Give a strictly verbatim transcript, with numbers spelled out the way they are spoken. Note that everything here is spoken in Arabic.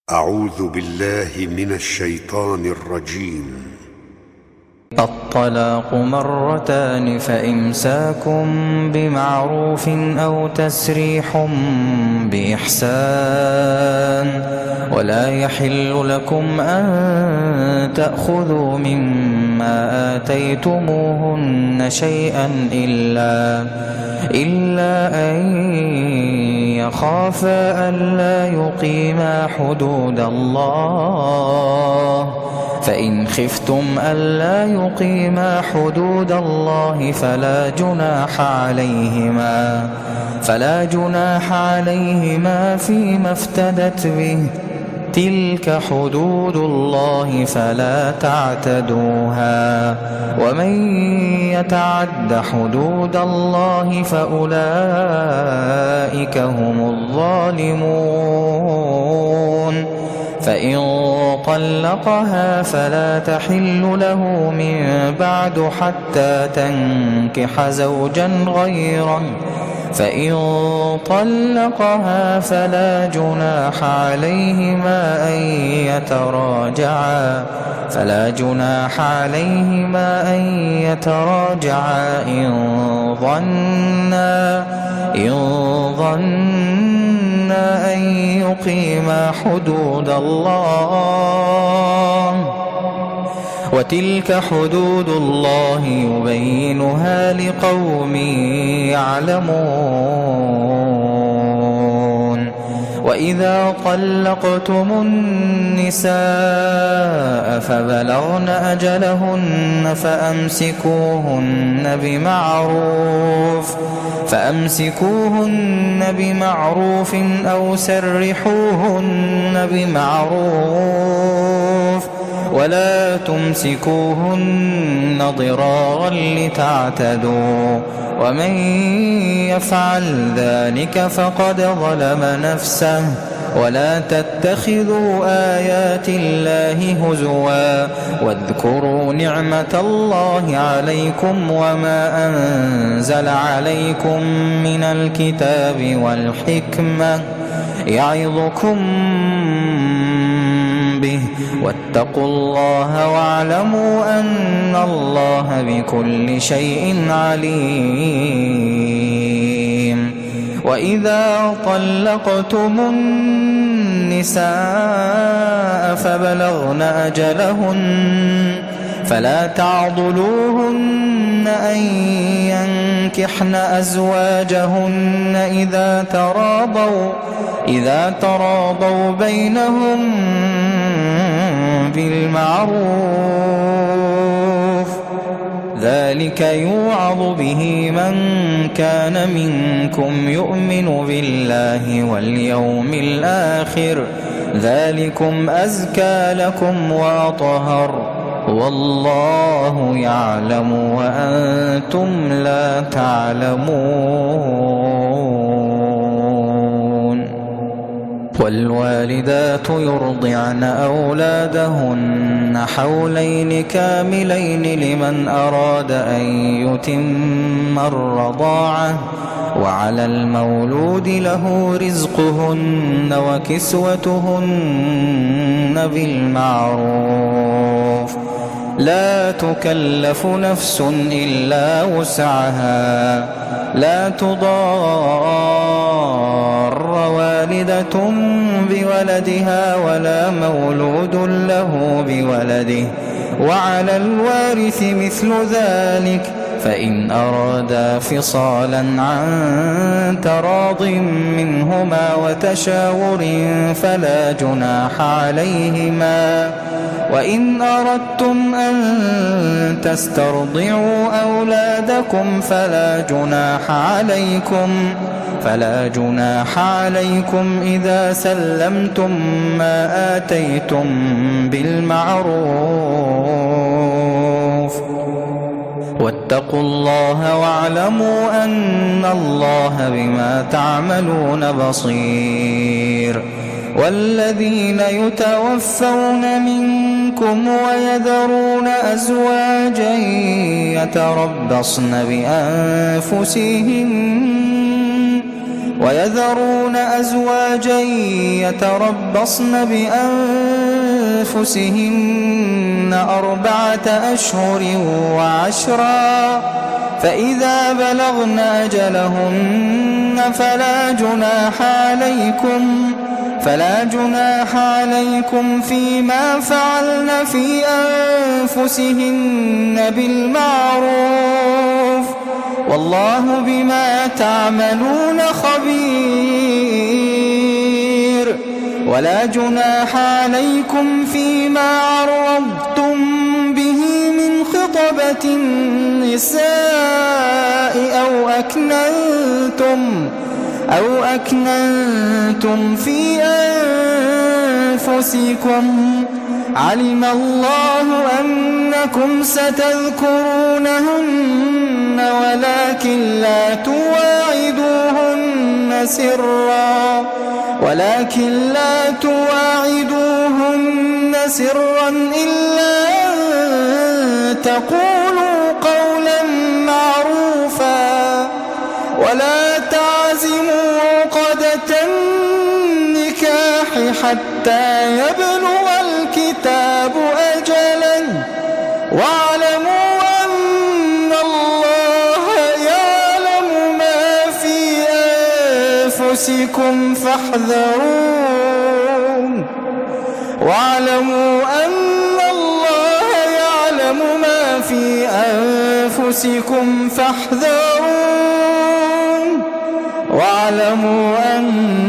أعوذ بالله من الشيطان الرجيم. الطلاق مرتان فإمساك بمعروف أو تسريح بإحسان، ولا يحل لكم أن تأخذوا مما آتيتموهن شيئا إلا إلا أن يخافا ألا يقيما حدود الله، فإن خفتم ألا يقيما حدود الله فلا جناح عليهما فلا جناح عليهما فيما افتدت به، تلك حدود الله فلا تعتدوها، ومن يتعد حدود الله فأولئك هم الظالمون. فإن طلقها فلا تحل له من بعد حتى تنكح زوجا غيره، فإن طلقها فلا جناح عليهما أن يتراجعا فلا جناح عليهما أن يتراجعا إن ظنا إن ظنا أن يقيما حدود الله، وتلك حدود الله يبينها لقوم يعلمون. وإذا طلقتم النساء فبلغن أجلهن فأمسكوهن بمعروف فأمسكوهن بمعروف أو سرحوهن بمعروف، ولا تمسكوهن ضرارا لتعتدوا، ومن يفعل ذلك فقد ظلم نفسه. ولا تتخذوا آيات الله هزوا واذكروا نعمة الله عليكم وما أنزل عليكم من الكتاب والحكمة يعظكم به، واتقوا الله واعلموا أن الله بكل شيء عليم. وإذا طلقتم النساء فبلغن أجلهن فلا تعضلوهن أن ينكحن أزواجهن إذا تراضوا إذا تراضوا بينهم بالمعروف، ذلك يوعظ به من كان منكم يؤمن بالله واليوم الآخر، ذلكم أزكى لكم وأطهر، والله يعلم وأنتم لا تعلمون. والوالدات يرضعن أولادهن حولين كاملين لمن أراد أن يتم الرضاعة، وعلى المولود له رزقهن وكسوتهن بالمعروف، لا تكلف نفس إلا وسعها، لا تضار والدة بولدها ولا مولود له بولده، وعلى الوارث مثل ذلك، فإن أرادا فصالا عن تراض منهما وتشاور فلا جناح عليهما. وإن أردتم أن تسترضعوا أولادكم فلا جناح عليكم فلا جناح عليكم إذا سلمتم ما آتيتم بالمعروف، واتقوا الله واعلموا أن الله بما تعملون بصير. والذين يتوفون منكم ويذرون أزواجا يتربصن بأنفسهن ويذرون أزواجا يتربصن بأنفسهن أربعة أشهر وعشرا فإذا بلغن أجلهن فلا جناح عليكم فلا جناح عليكم فيما فعلن في أنفسهن بالمعروف والله بما تعملون خبير. ولا جناح عليكم فيما عرضتم به من خطبة النساء أو أكننتم أو أكننتم في أنفسكم علم الله أنكم ستذكرونهن ولكن لا تواعدوهن سرا ولكن لا تواعدوهن سرا إلا أن تقولوا قولا معروفا ولا تعزموا عقدة النكاح حتى يبلغ الكتاب أجلا واعلموا أن الله يعلم ما في أنفسكم فاحذرون واعلموا أن الله يعلم ما في أنفسكم فاحذرون واعلموا أن